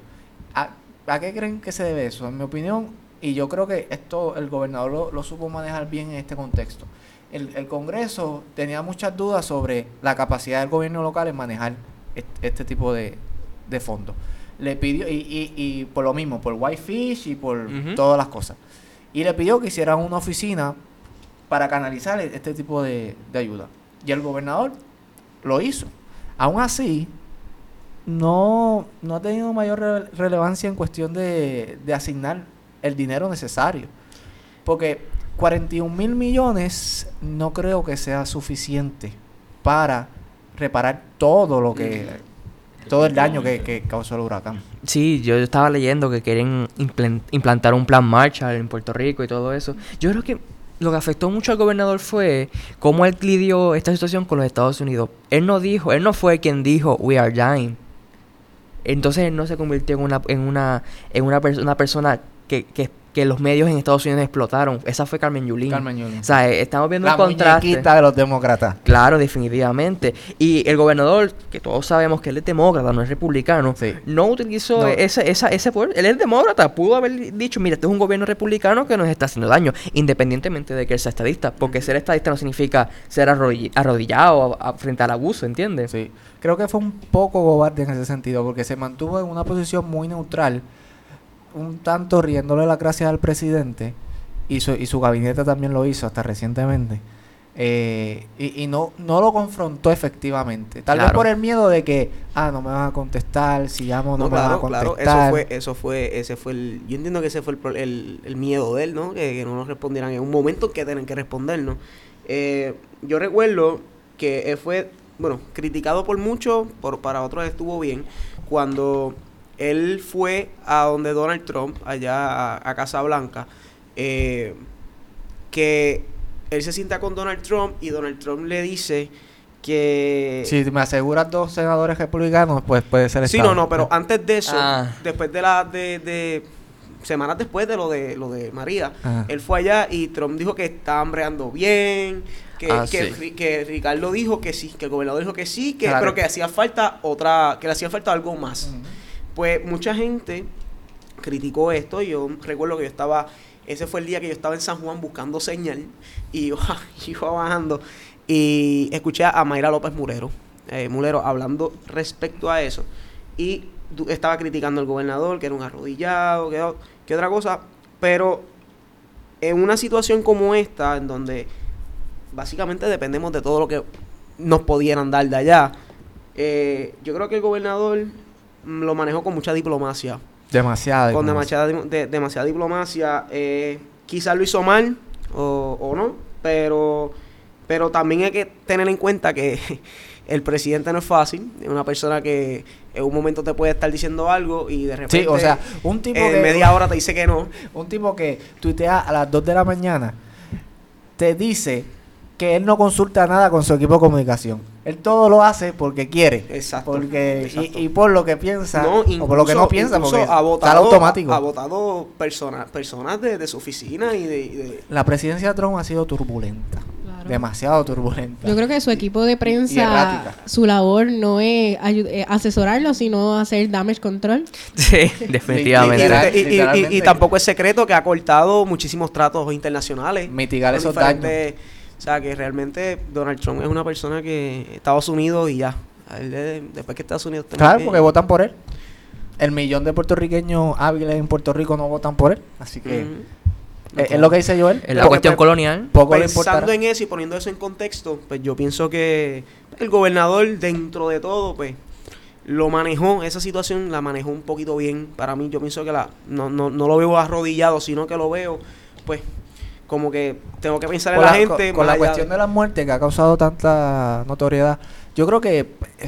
¿A qué creen que se debe eso? En mi opinión, y yo creo que esto el gobernador lo supo manejar bien en este contexto. El Congreso tenía muchas dudas sobre la capacidad del gobierno local en manejar este tipo de fondos. Le pidió, y por lo mismo, por Whitefish y por Ujú. todas las cosas. Y le pidió que hicieran una oficina para canalizar este tipo de ayuda. Y el gobernador lo hizo. Aún así, no ha tenido mayor relevancia en cuestión de asignar el dinero necesario. Porque 41 mil millones no creo que sea suficiente para reparar todo lo que todo el daño que causó el huracán. Sí, yo estaba leyendo que quieren implantar un plan Marshall en Puerto Rico y todo eso. Yo creo que lo que afectó mucho al gobernador fue cómo él lidió esta situación con los Estados Unidos. Él no fue quien dijo we are dying. Entonces él no se convirtió en una persona que los medios en Estados Unidos explotaron. Esa fue Carmen Yulín. O sea, estamos viendo La un contraste. muñequita de los demócratas. Claro, definitivamente. Y el gobernador, que todos sabemos que él es demócrata, no es republicano, Sí. no utilizó No. ese poder. Él es demócrata. Pudo haber dicho, mira, este es un gobierno republicano que nos está haciendo daño, independientemente de que él sea estadista. Porque ser estadista no significa ser arrodillado frente al abuso, ¿entiendes? Sí. Creo que fue un poco cobarde en ese sentido, porque se mantuvo en una posición muy neutral, un tanto riéndole las gracias al presidente, y su gabinete también lo hizo hasta recientemente. Y no lo confrontó efectivamente. Tal vez Claro. por el miedo de que, no me van a contestar, si llamo no me van a Claro, contestar. ese fue yo entiendo que ese fue el miedo de él, ¿no? Que no nos respondieran en un momento que tienen que respondernos. Yo recuerdo que él fue, criticado por muchos, para otros estuvo bien, cuando él fue a donde Donald Trump, allá a Casa Blanca, que él se sienta con Donald Trump y Donald Trump le dice que... Si me aseguras 2 senadores republicanos, pues puede ser Sí, estado. no, pero antes de eso, Ah. después de semanas después de lo de María, Ajá. él fue allá y Trump dijo que estaban breando bien, que Ricardo dijo que sí, que el gobernador dijo que sí, Claro. pero que hacía falta que le hacía falta algo más. Ujú. Pues mucha gente criticó esto. Yo recuerdo que ese fue el día que yo estaba en San Juan buscando señal y iba bajando y escuché a Mayra López Mulero hablando respecto a eso y estaba criticando al gobernador, que era un arrodillado, que otra cosa, pero en una situación como esta, en donde básicamente dependemos de todo lo que nos pudieran dar de allá, yo creo que el gobernador lo manejó con mucha diplomacia. Demasiado. Con demasiada diplomacia. Quizás lo hizo mal o no, pero Pero también hay que tener en cuenta que el presidente no es fácil. Es una persona que en un momento te puede estar diciendo algo y de repente Sí, o sea, un tipo en que... media hora te dice que no. Un tipo que tuitea a las 2 de la mañana te dice que él no consulta nada con su equipo de comunicación. Él todo lo hace porque quiere. Exacto. Porque exacto. Y por lo que piensa, No, o por lo que no piensa, incluso porque ha está automático. Ha votado personas de su oficina y de La presidencia de Trump ha sido turbulenta. Claro. Demasiado turbulenta. Yo creo que su equipo de Y prensa, errática. su labor no es asesorarlo, sino hacer damage control. Sí, definitivamente. Literalmente. y tampoco es secreto que ha cortado muchísimos tratos internacionales. Mitigar con esos diferentes- O sea, que realmente Donald Trump es una persona que Estados Unidos y ya. A él después que Estados Unidos... Claro, porque votan por él. El millón de puertorriqueños hábiles en Puerto Rico no votan por él. Así que es lo que dice Joel. Es la Porque, cuestión pues, colonial. Poco le Pensando importará. en eso y poniendo eso en contexto, pues yo pienso que el gobernador, dentro de todo, pues lo manejó, esa situación la manejó un poquito bien. Para mí, yo pienso que no lo veo arrodillado, sino que lo veo, pues, como que tengo que pensar en la gente. Con más la allá cuestión de la muerte que ha causado tanta notoriedad, yo creo que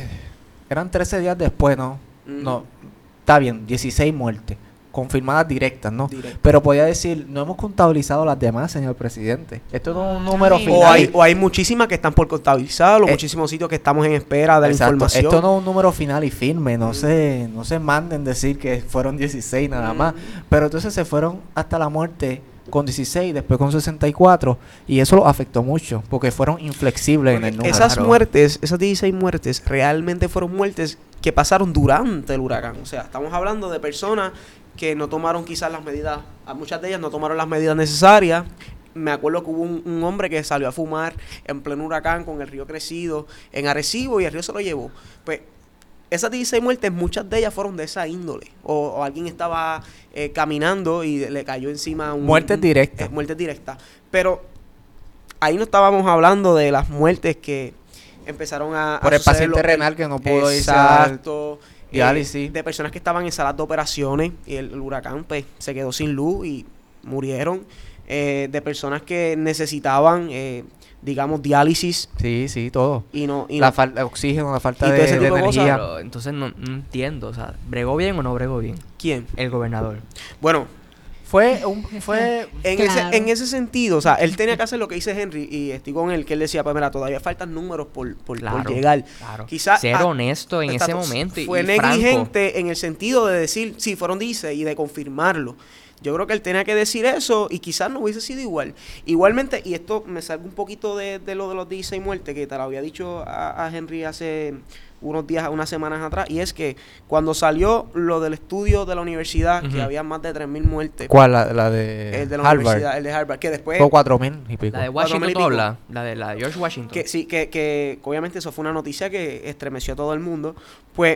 eran 13 días después, ¿no? No, está bien, 16 muertes confirmadas directas, ¿no? Directo. Pero podía decir, no hemos contabilizado las demás, señor presidente. Esto no es un número Ay. final. O hay muchísimas que están por contabilizar, o muchísimos sitios que estamos en espera de la Exacto. información. Esto no es un número final y firme, no se manden decir que fueron 16 nada más. Pero entonces se fueron hasta la muerte con 16, después con 64, y eso los afectó mucho, porque fueron inflexibles en el número. Esas Claro. muertes, esas 16 muertes, realmente fueron muertes que pasaron durante el huracán. O sea, estamos hablando de personas que no tomaron quizás las medidas, a muchas de ellas no tomaron las medidas necesarias. Me acuerdo que hubo un hombre que salió a fumar en pleno huracán con el río crecido en Arecibo y el río se lo llevó. Pues esas 16 muertes, muchas de ellas fueron de esa índole. O alguien estaba caminando y le cayó encima Muertes directas. muertes directas. Pero ahí no estábamos hablando de las muertes que empezaron a Por el suceder paciente lo- renal que no pudo irse al Exacto. diálisis. De personas que estaban en salas de operaciones y el huracán pues se quedó sin luz y murieron. De personas que necesitaban, digamos, diálisis Sí, todo. y no... La falta de oxígeno, la falta y todo de ese tipo de cosas. energía. Pero entonces no entiendo, o sea, ¿bregó bien o no bregó bien? ¿Quién? El gobernador. Bueno, Fue Claro. en ese sentido, o sea, él tenía que hacer lo que dice Henry y estoy con él, que él decía, pues mira, todavía faltan números por Claro, llegar. Claro. Quizás Ser honesto en ese exacto, momento y fue franco. negligente en el sentido de decir, sí, fueron 16 y de confirmarlo. Yo creo que él tenía que decir eso y quizás no hubiese sido igual. Igualmente, y esto me salgo un poquito de lo de los 16 muertes, que te lo había dicho a Henry hace unos días, unas semanas atrás, y es que cuando salió lo del estudio de la universidad, que Ujú. había más de 3.000 muertes, ¿Cuál? La de el de la Harvard. universidad, el de Harvard, que después... Fue 4,000 y pico. La de 4.000 y Washington pico. tú hablas, la de George Washington. Que sí, que obviamente eso fue una noticia que estremeció a todo el mundo. Pues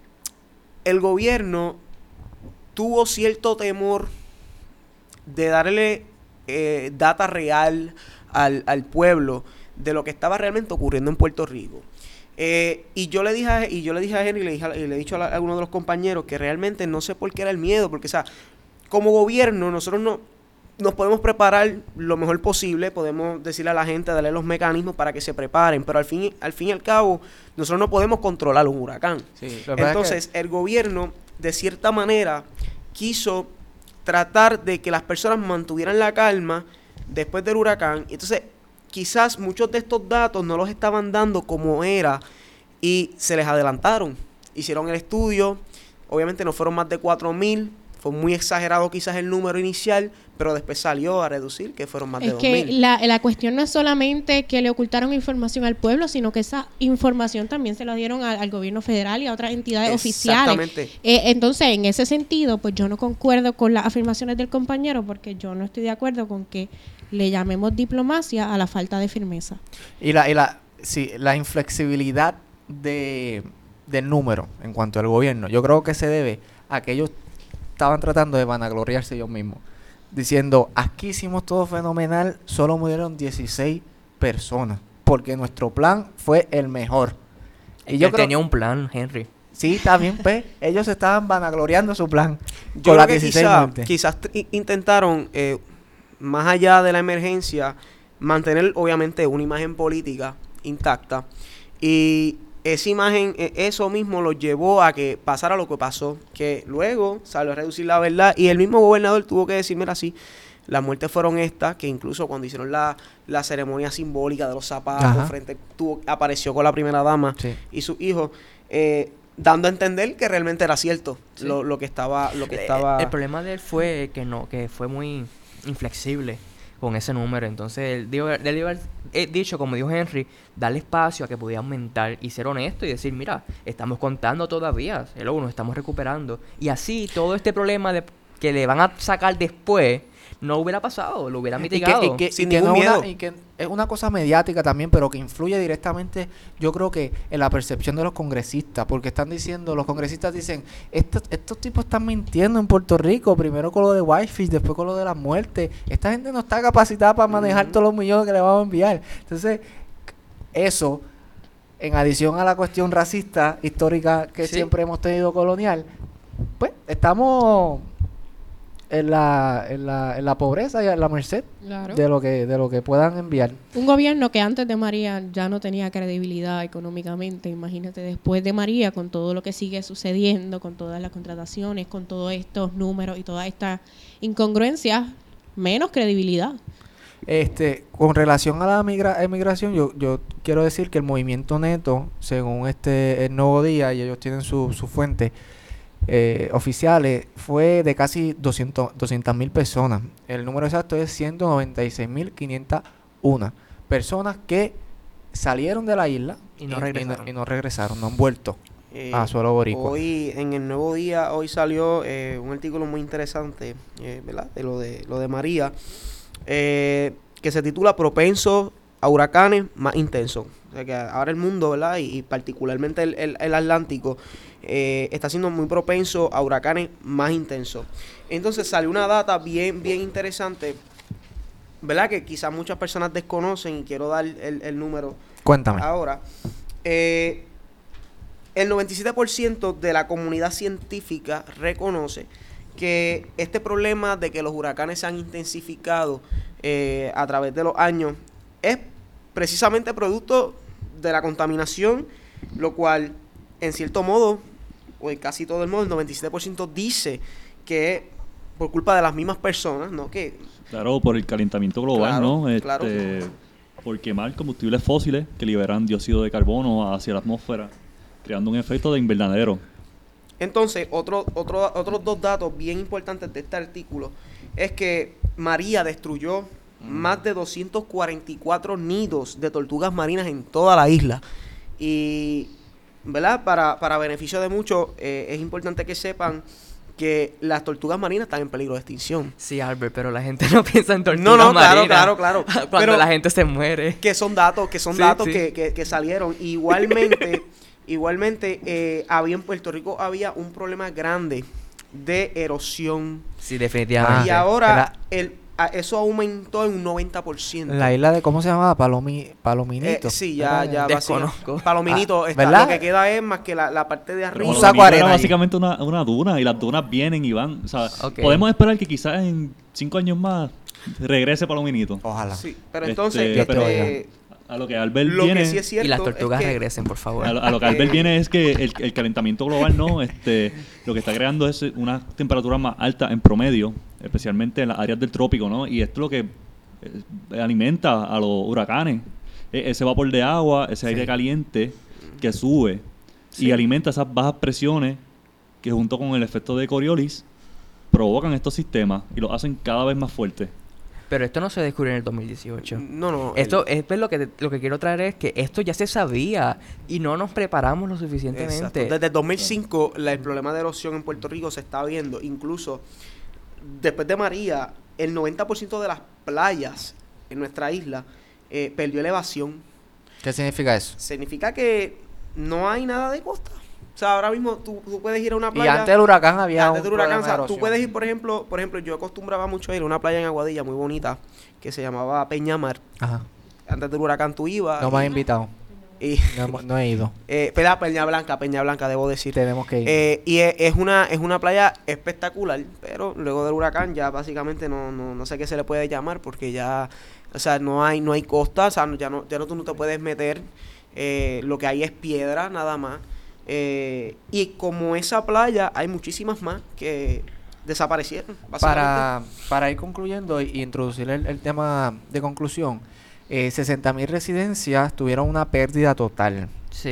el gobierno tuvo cierto temor de darle data real al pueblo de lo que estaba realmente ocurriendo en Puerto Rico. Y yo le dije a Henry y le he dicho a algunos de los compañeros que realmente no sé por qué era el miedo, porque o sea, como gobierno nosotros no nos podemos preparar lo mejor posible, podemos decirle a la gente, darle los mecanismos para que se preparen, pero al fin y al cabo, nosotros no podemos controlar un huracán. Sí, lo que pasa es Entonces, el gobierno, de cierta manera, quiso tratar de que las personas mantuvieran la calma después del huracán. Entonces, quizás muchos de estos datos no los estaban dando como era y se les adelantaron. Hicieron el estudio, obviamente no fueron más de 4.000, fue muy exagerado quizás el número inicial, pero después salió a reducir que fueron más de Es que 2.000. la cuestión no es solamente que le ocultaron información al pueblo, sino que esa información también se la dieron al gobierno federal y a otras entidades oficiales. Exactamente. Entonces, en ese sentido, pues yo no concuerdo con las afirmaciones del compañero, porque yo no estoy de acuerdo con que le llamemos diplomacia a la falta de firmeza. Y la inflexibilidad del número en cuanto al gobierno, yo creo que se debe a que ellos estaban tratando de vanagloriarse ellos mismos, diciendo, aquí hicimos todo fenomenal, solo murieron 16 personas, porque nuestro plan fue el mejor. Y Él yo creo, tenía un plan, Henry. sí, está bien, pues, ellos estaban vanagloriando su plan Yo con creo las que 16 muertes. quizás intentaron, más allá de la emergencia, mantener obviamente una imagen política intacta. Y esa imagen, eso mismo lo llevó a que pasara lo que pasó, que luego salió a reducir la verdad y el mismo gobernador tuvo que decir, mira, sí, las muertes fueron estas, que incluso cuando hicieron la ceremonia simbólica de los zapatos, Ajá. apareció con la primera dama Sí. y sus hijos, dando a entender que realmente era cierto Sí. lo que estaba... El problema de él fue que fue muy inflexible con ese número. Entonces, él dijo haber dicho, como dijo Henry, darle espacio a que podía aumentar y ser honesto y decir, mira, estamos contando todavía, luego nos estamos recuperando. Y así todo este problema que le van a sacar después no hubiera pasado, lo hubiera mitigado. Sin que ningún no es miedo. y que es una cosa mediática también, pero que influye directamente, yo creo que en la percepción de los congresistas, porque los congresistas dicen, estos tipos están mintiendo en Puerto Rico, primero con lo de Whitefish, después con lo de las muertes, esta gente no está capacitada para manejar todos los millones que le vamos a enviar. Entonces, eso, en adición a la cuestión racista histórica que Sí. siempre hemos tenido colonial, pues estamos en la pobreza y en la merced Claro. de lo que puedan enviar. Un gobierno que antes de María ya no tenía credibilidad económicamente, imagínate después de María, con todo lo que sigue sucediendo, con todas las contrataciones, con todos estos números y todas estas incongruencias, menos credibilidad. Con relación a la emigración, yo quiero decir que el movimiento neto, según el Nuevo Día, y ellos tienen su fuente oficiales, fue de casi 200,000 personas. El número exacto es 196,501 personas que salieron de la isla Y no regresaron. y no regresaron, no han vuelto a suelo boricua. Hoy, en el Nuevo Día, hoy salió un artículo muy interesante, ¿verdad? De lo de María, que se titula Propenso a huracanes más intensos. O sea que ahora el mundo, ¿verdad? Y particularmente el Atlántico está siendo muy propenso a huracanes más intensos. Entonces salió una data bien interesante, ¿verdad? Que quizás muchas personas desconocen y quiero dar el número Cuéntame. ahora. El 97% de la comunidad científica reconoce que este problema de que los huracanes se han intensificado a través de los años es precisamente producto de la contaminación, lo cual, en cierto modo, o en casi todo el modo, el 97% dice que es por culpa de las mismas personas, ¿no? Que Claro, por el calentamiento global, Claro, ¿no? claro. Por quemar combustibles fósiles que liberan dióxido de carbono hacia la atmósfera, creando un efecto de invernadero. Entonces, otros dos datos bien importantes de este artículo es que María destruyó más de 244 nidos de tortugas marinas en toda la isla. Y, ¿verdad? Para beneficio de muchos, es importante que sepan que las tortugas marinas están en peligro de extinción. Sí, Albert, pero la gente no piensa en tortugas No, claro, marinas claro. cuando Pero la gente se muere. que son datos Sí, sí. que salieron. Igualmente, había en Puerto Rico había un problema grande de erosión. Sí, definitivamente. Y ahora eso aumentó en un 90%. La isla de, ¿cómo se llamaba? Palominito. Sí, ya Desconozco. Palominito, ¿verdad? lo que queda es más que la parte de arriba. Un Pero saco Palomino de era arena allí. básicamente una duna y las dunas vienen y van. O sea, Ok. podemos esperar que quizás en 5 años más regrese Palominito. Ojalá. Sí, pero entonces, Dios te oiga. A lo que Albert lo viene... que sí es cierto Y las tortugas es que regresen, por favor. A lo que Albert viene es que el calentamiento global no lo que está creando es una temperatura más alta en promedio, especialmente en las áreas del trópico, ¿no? Y esto es lo que alimenta a los huracanes. Ese vapor de agua, ese aire caliente que sube y alimenta esas bajas presiones que junto con el efecto de Coriolis provocan estos sistemas y los hacen cada vez más fuertes. Pero esto no se descubrió en el 2018. No. Esto es pues, lo que quiero traer es que esto ya se sabía y no nos preparamos lo suficientemente. Exacto. Desde el 2005 el problema de erosión en Puerto Rico se está viendo. Incluso después de María, el 90% de las playas en nuestra isla perdió elevación. ¿Qué significa eso? Significa que no hay nada de costa. O sea, ahora mismo tú puedes ir a una Y playa. antes del huracán había Antes del huracán, problema o sea, de tú erosión. puedes ir, por ejemplo, yo acostumbraba mucho a ir a una playa en Aguadilla muy bonita que se llamaba Peñamar. Ajá. Antes del huracán tú ibas. No me has invitado. Y, No he ido. Peña Blanca, debo decir. Tenemos que ir. Y es una playa espectacular, pero luego del huracán ya básicamente no sé qué se le puede llamar, porque ya, o sea, no hay costa, o sea, ya no tú no te puedes meter, lo que hay es piedra nada más. Y como esa playa hay muchísimas más que desaparecieron, básicamente. Para ir concluyendo y introducir el tema de conclusión, 60.000 residencias tuvieron una pérdida total. Sí.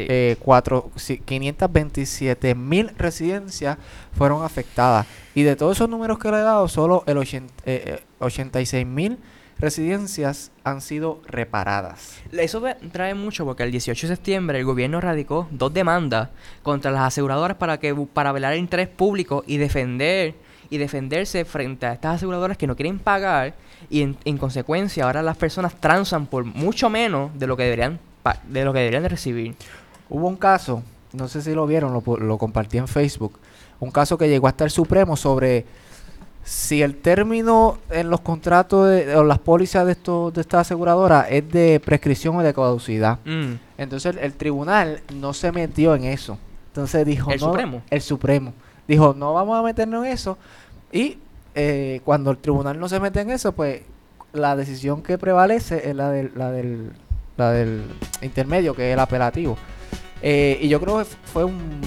527.000 residencias fueron afectadas. Y de todos esos números que le he dado, solo 86.000 residencias han sido reparadas. Eso trae mucho porque el 18 de septiembre el gobierno radicó 2 demandas contra las aseguradoras para velar el interés público y defenderse frente a estas aseguradoras que no quieren pagar, y en consecuencia ahora las personas transan por mucho menos de lo que deberían de recibir. Hubo un caso, no sé si lo vieron, lo compartí en Facebook, un caso que llegó hasta el Supremo sobre si el término en los contratos o las pólizas de esta aseguradora es de prescripción o de caducidad. Entonces el tribunal no se metió en eso. Entonces dijo, ¿El Supremo? El Supremo dijo, no vamos a meternos en eso. Y cuando el tribunal no se mete en eso, pues la decisión que prevalece es la del intermedio, que es el apelativo. Y yo creo que fue un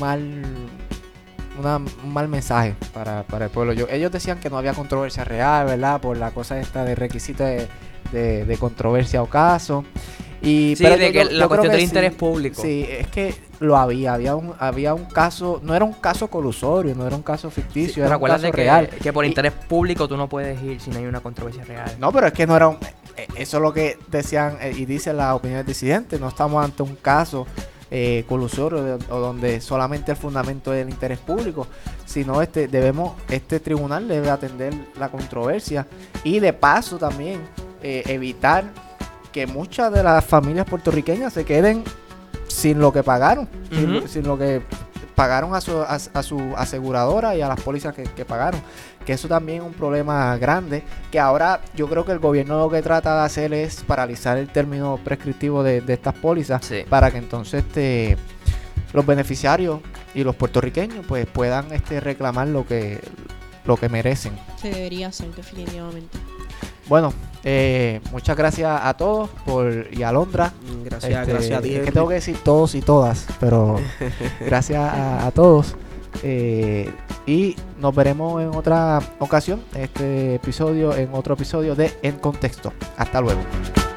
mal mensaje para el pueblo. Ellos decían que no había controversia real, ¿verdad? Por la cosa esta de requisito de controversia o caso. Sí, pero la cuestión del interés público. Sí, es que lo había un caso, no era un caso colusorio, no era un caso ficticio, Sí, era un caso real. Que por interés público tú no puedes ir si no hay una controversia real. No, pero es que no era eso es lo que decían y dicen las opiniones disidentes. No estamos ante un caso colusorio o donde solamente el fundamento es el interés público, sino este tribunal debe atender la controversia y de paso también evitar que muchas de las familias puertorriqueñas se queden sin lo que pagaron, sin lo que pagaron a su aseguradora y a las pólizas que pagaron. Que eso también es un problema grande, que ahora yo creo que el gobierno lo que trata de hacer es paralizar el término prescriptivo de estas pólizas, sí, para que entonces los beneficiarios y los puertorriqueños pues puedan reclamar lo que merecen. Se debería hacer definitivamente. Bueno, muchas gracias a todos y a Londra. Gracias a ti. Es que tengo que decir todos y todas, pero gracias a todos. Y nos veremos en otra ocasión, en otro episodio de En Contexto. Hasta luego.